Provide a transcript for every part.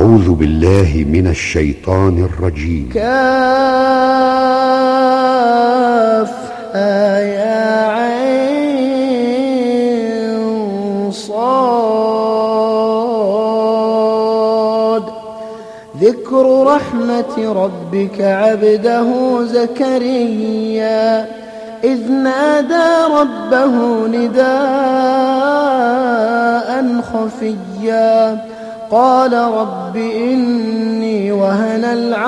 أعوذ بالله من الشيطان الرجيم. كافها يا عين صاد. ذكر رحمة ربك عبده زكريا إذ نادى ربه نداء خفيا قال رب إني وهن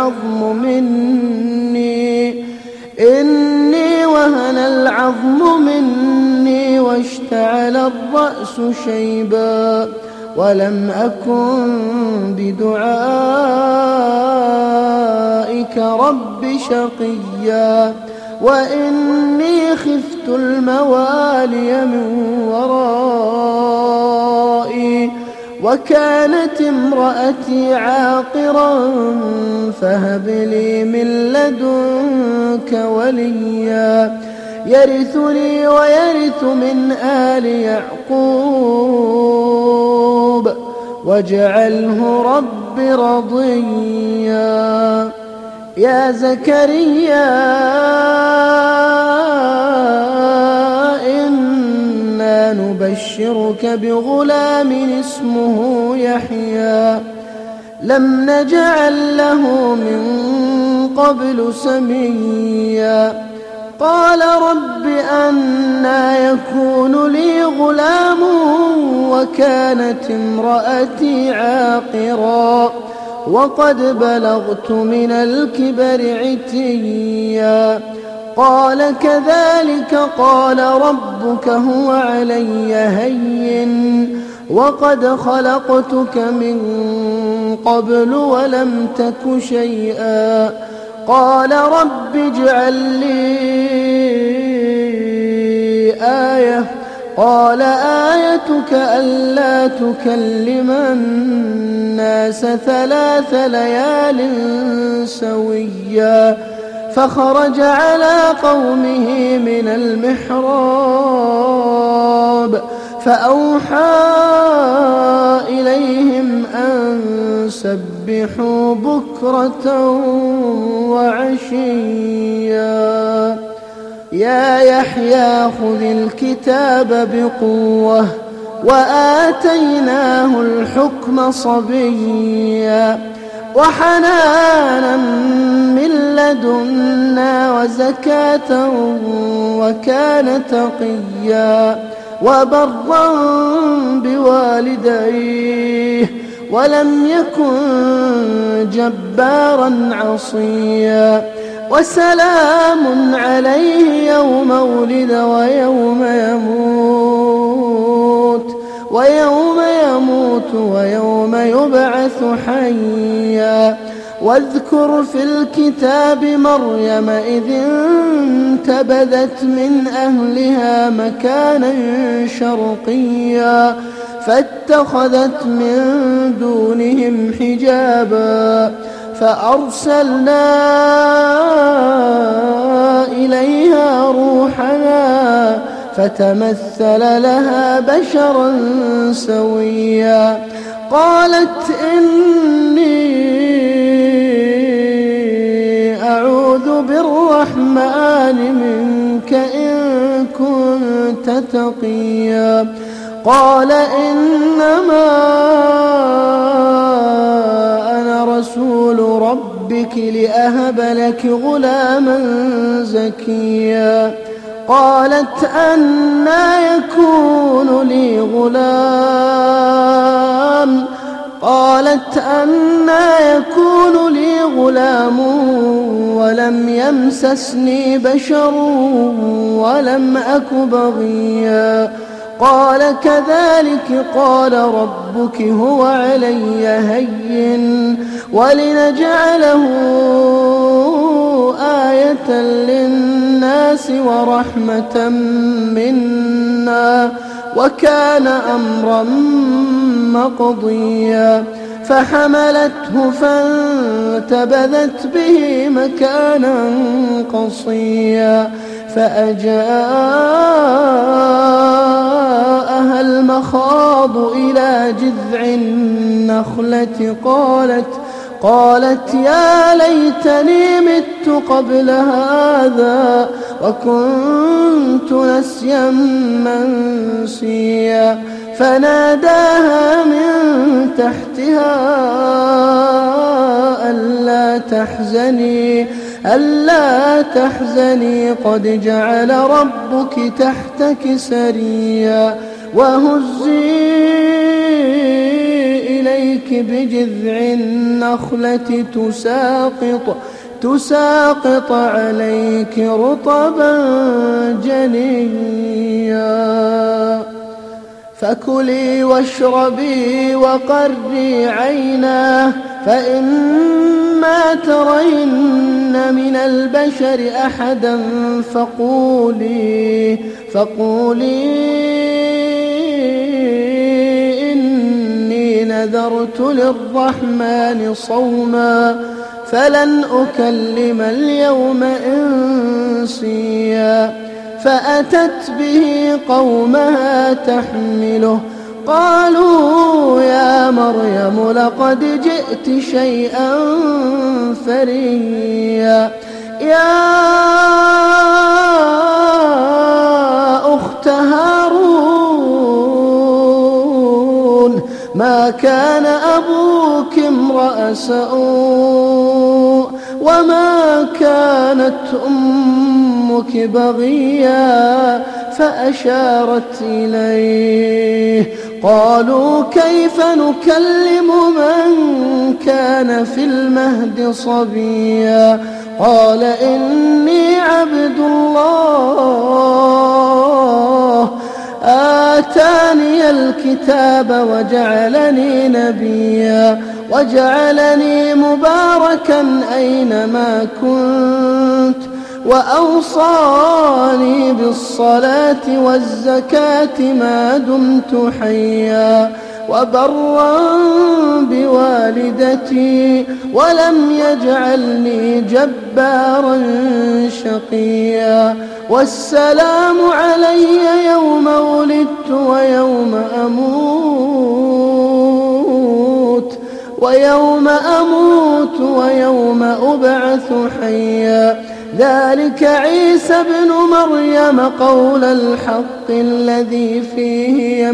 العظم مني واشتعل الرأس شيبا ولم أكن بدعائك رب شقيا وإني خفت الموالي من ورائي وكانت امرأتي عاقرا فهب لي من لدنك وليا يرثني ويرث من آل يعقوب واجعله رب رضيا. يا زكريا إنا نبشرك بغلام اسمه يحيى لم نجعل له من قبل سميا. قال رب أنى يكون لي غلام وكانت امرأتي عاقرا وقد بلغت من الكبر عتيا. قال كذلك قال ربك هو علي هين وقد خلقتك من قبل ولم تك شيئا. قال رب اجعل لي آية. قال آيتك ألا تكلم الناس 3 ليال سويا. فخرج على قومه من المحراب فأوحى إليهم أن سبحوا بكرة وعشيا. يا يحيى خذ الكتاب بقوة وآتيناه الحكم صبيا وحنانا من لدنا وزكاة وكان تقيا وبرا بوالديه ولم يكن جبارا عصيا. وسلام عليه يوم ولد ويوم يموت ويوم يبعث حيا. واذكر في الكتاب مريم إذ انتبذت من أهلها مكانا شرقيا فاتخذت من دونهم حجابا فأرسلنا إليها روحنا فتمثل لها بشرا سويا. قالت إني أعوذ بالرحمن منك إن كنت تقيا. قال إنما أنا رسول ربك لأهب لك غلاما زكيا. قالت أنى يكون لي غلام ولم يمسسني بشر ولم أك بغيا. قال كذلك قال ربك هو علي هين ولنجعله آية للناس ورحمة منا وكان أمرا مقضيا. فحملته فانتبذت به مكانا قصيا فأجاءها المخاض إلى جذع النخلة قالت يا ليتني مت قبل هذا وكنت نسيا منسيا فناداها من تحتها ألا تحزني قد جعل ربك تحتك سريا وهزي إليك بجذع النخلة تساقط عليك رطبا جنيا فكلي واشربي وقري عينا فإما ترين من البشر أحدا فقولي إني نذرت للرحمن صوما فلن أكلم اليوم إنسيا فأتت به قومها تحمله قالوا يا مريم لقد جئت شيئا فريا يا أخت هارون ما كان أبوك امرأ سوء وما كانت أمك بغيا فأشارت إليه قالوا كيف نكلم من كان في المهد صبيا قال إني عبد الله آتاني الكتاب وجعلني نبيا وجعلني مباركا أينما كنت وأوصاني بالصلاة والزكاة ما دمت حيا وبرا بوالدتي ولم يجعلني جبارا شقيا والسلام علي يوم ولدت ويوم أموت ويوم أبعث حيا ذلك عيسى ابن مريم قول الحق الذي فيه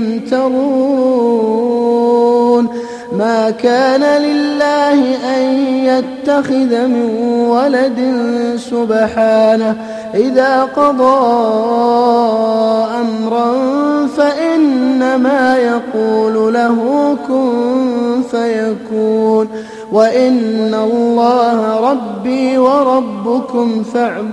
يمترون ما كان لله أن يتخذ من ولد سبحانه إذا قضى أمرا فإنما يقول له كن فيكون وإن الله ربي وربكم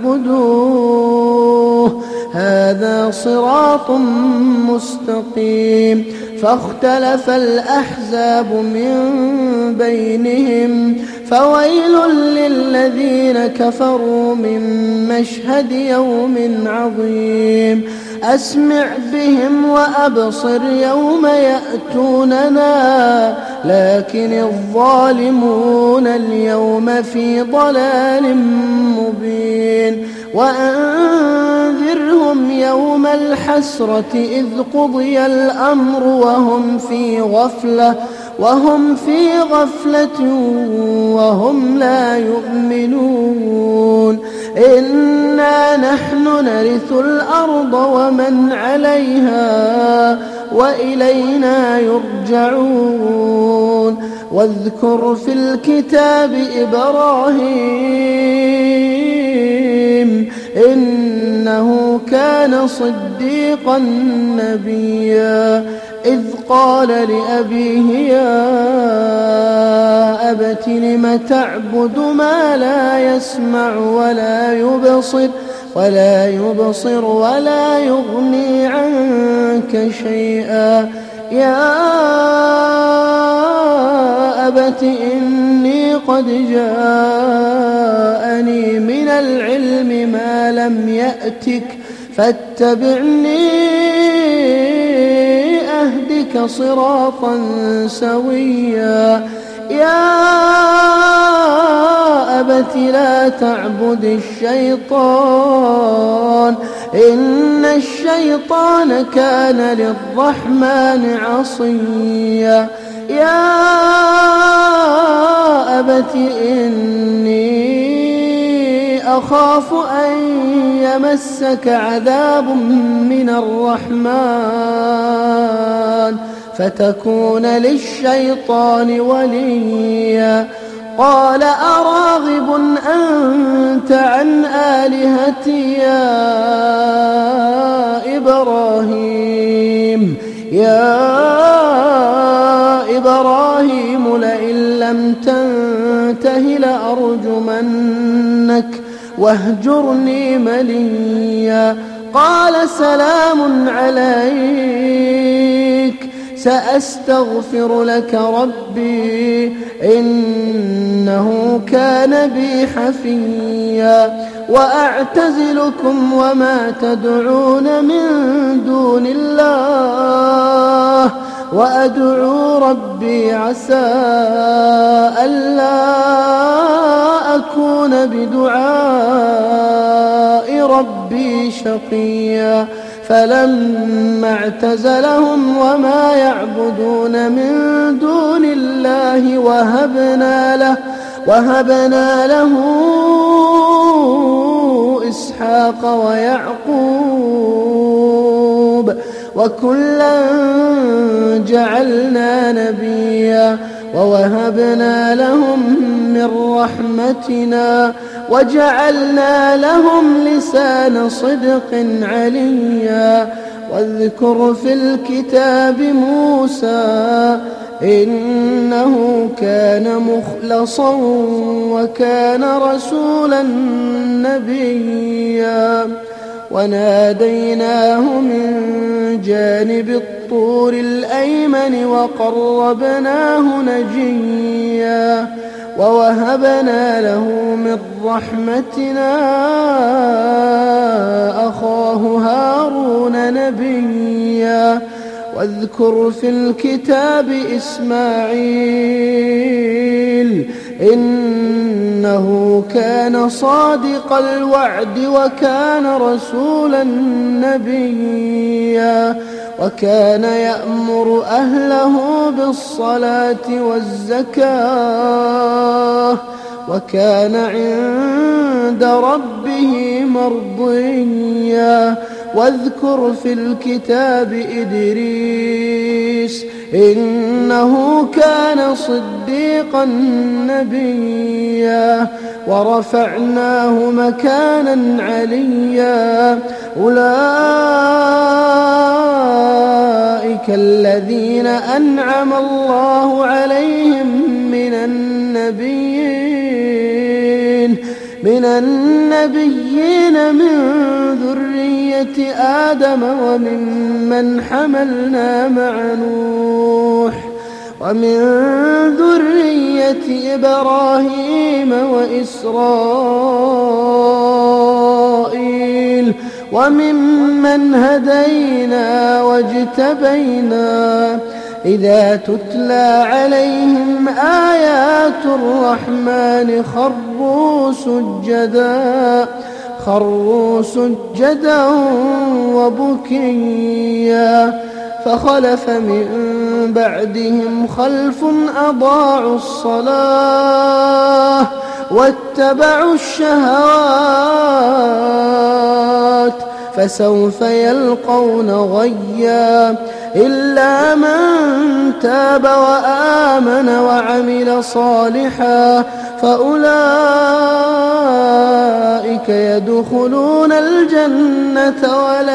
فاعبدوه هذا صراط مستقيم فاختلف الأحزاب من بينهم فويل للذين كفروا من مشهد يوم عظيم أسمع بهم وأبصر يوم يأتوننا لكن الظالمون اليوم في ضلال مبين وأنذرهم يوم الحسرة إذ قضي الأمر وهم في غفلة وهم لا يؤمنون إنا نحن نرث الأرض ومن عليها وإلينا يرجعون واذكر في الكتاب إبراهيم إنه كان صديقا نبيا إذ قال لأبيه يا أبت لم تعبد ما لا يسمع ولا يبصر ولا يغني عنك شيئا يا أبت إني قد جاءني من العلم ما لم يأتك فاتبعني أهدك صراطا سويا يا أبت لا تعبد الشيطان إن الشيطان كان للرحمن عصيا يا أبت إني أخاف أن يمسك عذاب من الرحمن فتكون للشيطان وليا. قال أراغب أنت عن آلهتي يا إبراهيم لئن لم تنته لأرجمنك واهجرني مليا. قال سلام عليك سأستغفر لك ربي إنه كان بي حفيا. وأعتزلكم وما تدعون من دون الله وأدعو ربي عسى ألا أكون بدعاء ربي شقيا. فلما اعتزلهم وما يعبدون من دون الله وهبنا له إسحاق ويعقوب وكلا جعلنا نبيا ووهبنا لهم من رحمتنا وجعلنا لهم لسان صدق عليا. واذكر في الكتاب موسى إنه كان مخلصا وكان رسولا نبيا. وناديناه من جانب الطور الأيمن وقربناه نجيا. ووهبنا له من رحمتنا أخاه هارون نبيا. واذكر في الكتاب إسماعيل إنه كان صادق الوعد وكان رسولا نبيا. وكان يأمر أهله بالصلاة والزكاة وكان عند ربه مرضيا. واذكر في الكتاب إدريس إنه كان صديقا نبيا. ورفعناه مكانا عليا. أولئك الذين أنعم الله عليهم من النبيين من ذرية آدم وممن حملنا مع نوح ومن ذرية إبراهيم وإسرائيل وممن هدينا واجتبينا. إذا تتلى عليهم آيات الرحمن خروا سجدا وبكيا. فخلف من بعدهم خلف أضاعوا الصلاة واتبعوا الشهوات فسوف يلقون غيا. إلا من تاب وآمن وعمل صالحا فأولئك يدخلون الجنة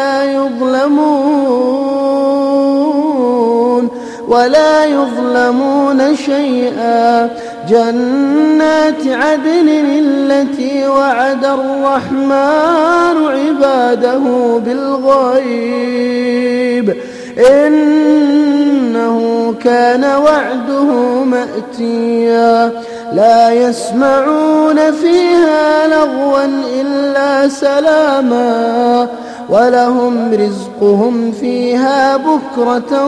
ولا يظلمون شيئا. جنات عدن التي وعد الرحمن عباده بالغيب إنه كان وعده مأتيا. لا يسمعون فيها لغوا إلا سلاما ولهم رزقهم فيها بكرة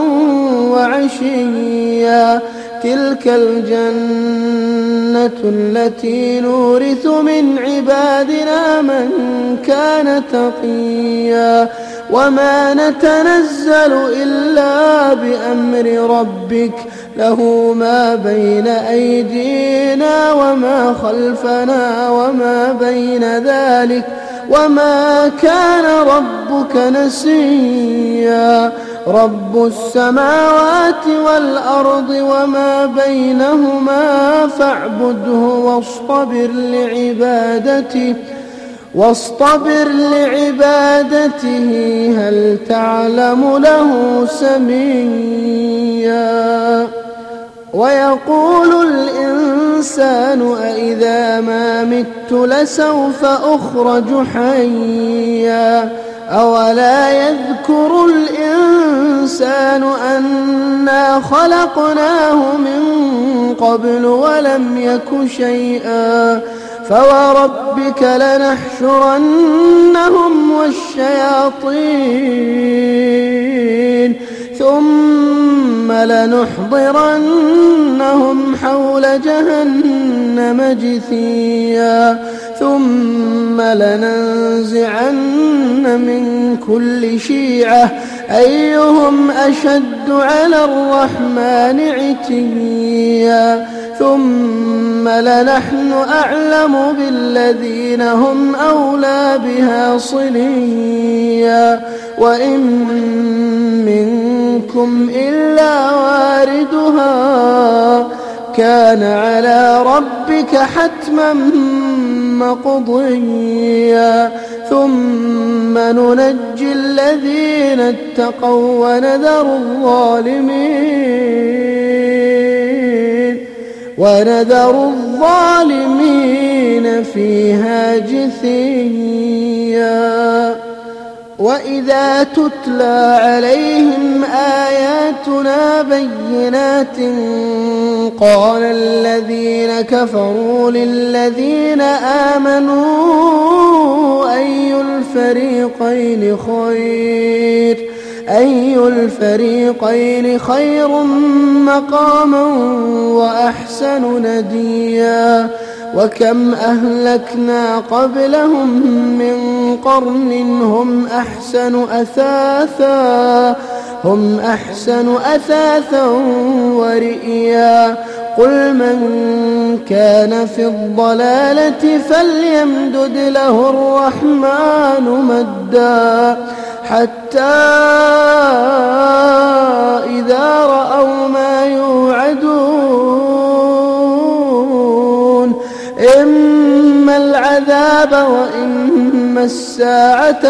وعشيا. تلك الجنة التي نورث من عبادنا من كان تقيا. وما نتنزل إلا بأمر ربك له ما بين أيدينا وما خلفنا وما بين ذلك وما كان ربك نسيا رب السماوات والأرض وما بينهما فاعبده واصطبر لعبادته هل تعلم له سميا ويقول الإنسان أإذا ما مت لسوف أخرج حيا أولا يذكر الإنسان أنا خلقناه من قبل ولم يك شيئا فوربك لنحشرنهم والشياطين ثم لنحضرنهم حول جهنم جثيا ثم لننزعن من كل شيعة أيهم أشد على الرحمن عتيا ثم لنحن أعلم بالذين هم أولى بها صليا وإن منكم إلا واردها كان على ربك حتما مقضيا ثم ننجي الذين اتقوا ونذر الظالمين فيها جثيا وإذا تتلى عليهم آياتنا بينات قال الذين كفروا للذين آمنوا أي الفريقين خير مقاما وأحسن نديا وكم أهلكنا قبلهم من قرن هم أحسن أثاثا ورئيا قل من كان في الضلالة فليمدد له الرحمن مدا حتى إذا رأوا ما يوعدون إما العذاب وإما الساعة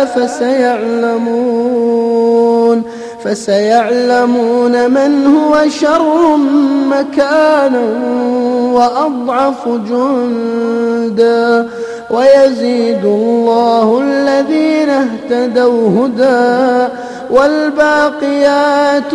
فسيعلمون من هو شر مكانا وأضعف جندا ويزيد الله الذين اهتدوا هدى والباقيات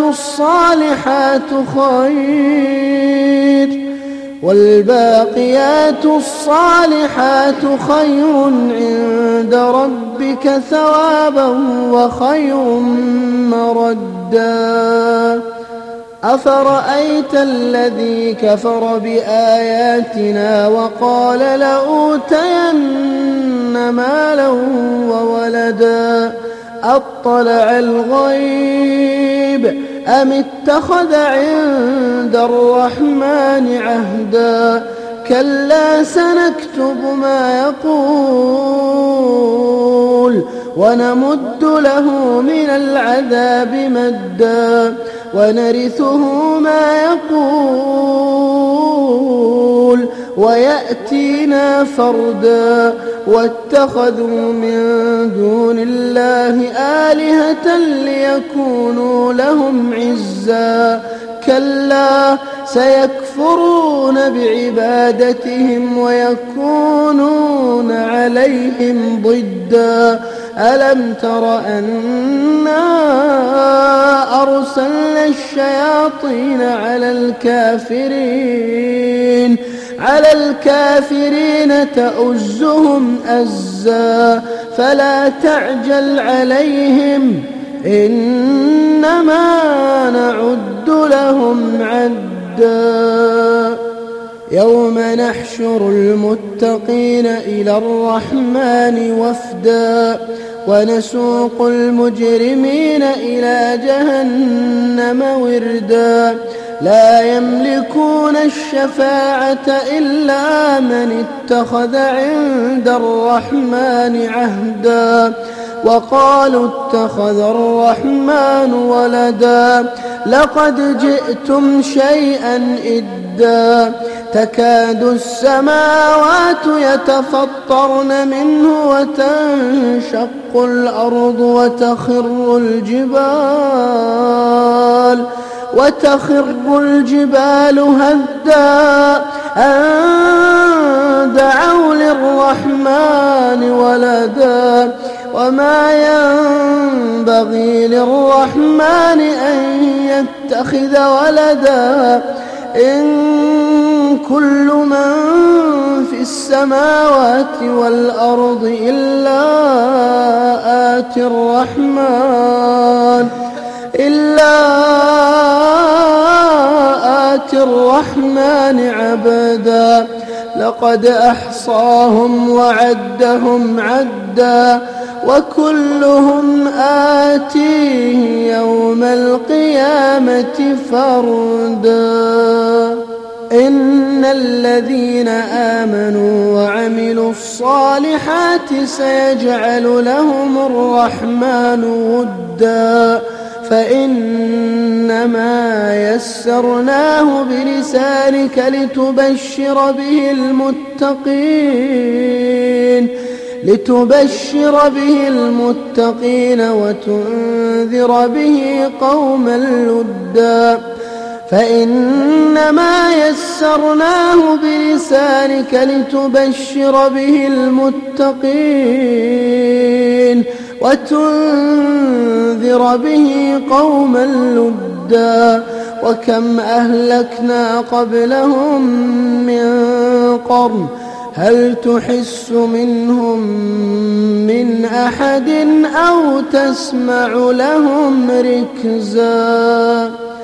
الصالحات خير عند ربك ثوابا وخير مردا أفرأيت الذي كفر بآياتنا وقال لأوتين مالا وولدا أطلع الغيب أم اتخذ عند الرحمن عهدا كلا سنكتب ما يقول ونمد له من العذاب مدا ونرثه ما يقول ويأتينا فردا واتخذوا من دون الله آلهة ليكونوا لهم عزا كلا سيكفرون بعبادتهم ويكونون عليهم ضدا ألم تر أنا أرسلنا الشياطين على الكافرين تؤزهم أزا فلا تعجل عليهم إنما نعد لهم عدا يوم نحشر المتقين إلى الرحمن وفدا ونسوق المجرمين إلى جهنم وردا لا يملكون الشفاعة إلا من اتخذ عند الرحمن عهدا وقالوا اتخذ الرحمن ولدا لقد جئتم شيئا إدا تكاد السماوات يتفطرن منه وتنشق الأرض وتخر الجبال هدا أن دعوا للرحمن ولدا وما ينبغي للرحمن أن يتخذ ولدا إن كل من في السماوات والأرض إلا آتي الرحمن عبدا لقد أحصاهم وعدهم عدا وكلهم آتيه يوم القيامة فردا إن الذين آمنوا وعملوا الصالحات سيجعل لهم الرحمن ودا فإنما يسرناه بلسانك لتبشر به المتقين وتنذر به قوما لدا فإنما يسرناه بلسانك لتبشر به المتقين وتنذر به قوما لدا وكم أهلكنا قبلهم من قرن هل تحس منهم من أحد أو تسمع لهم ركزا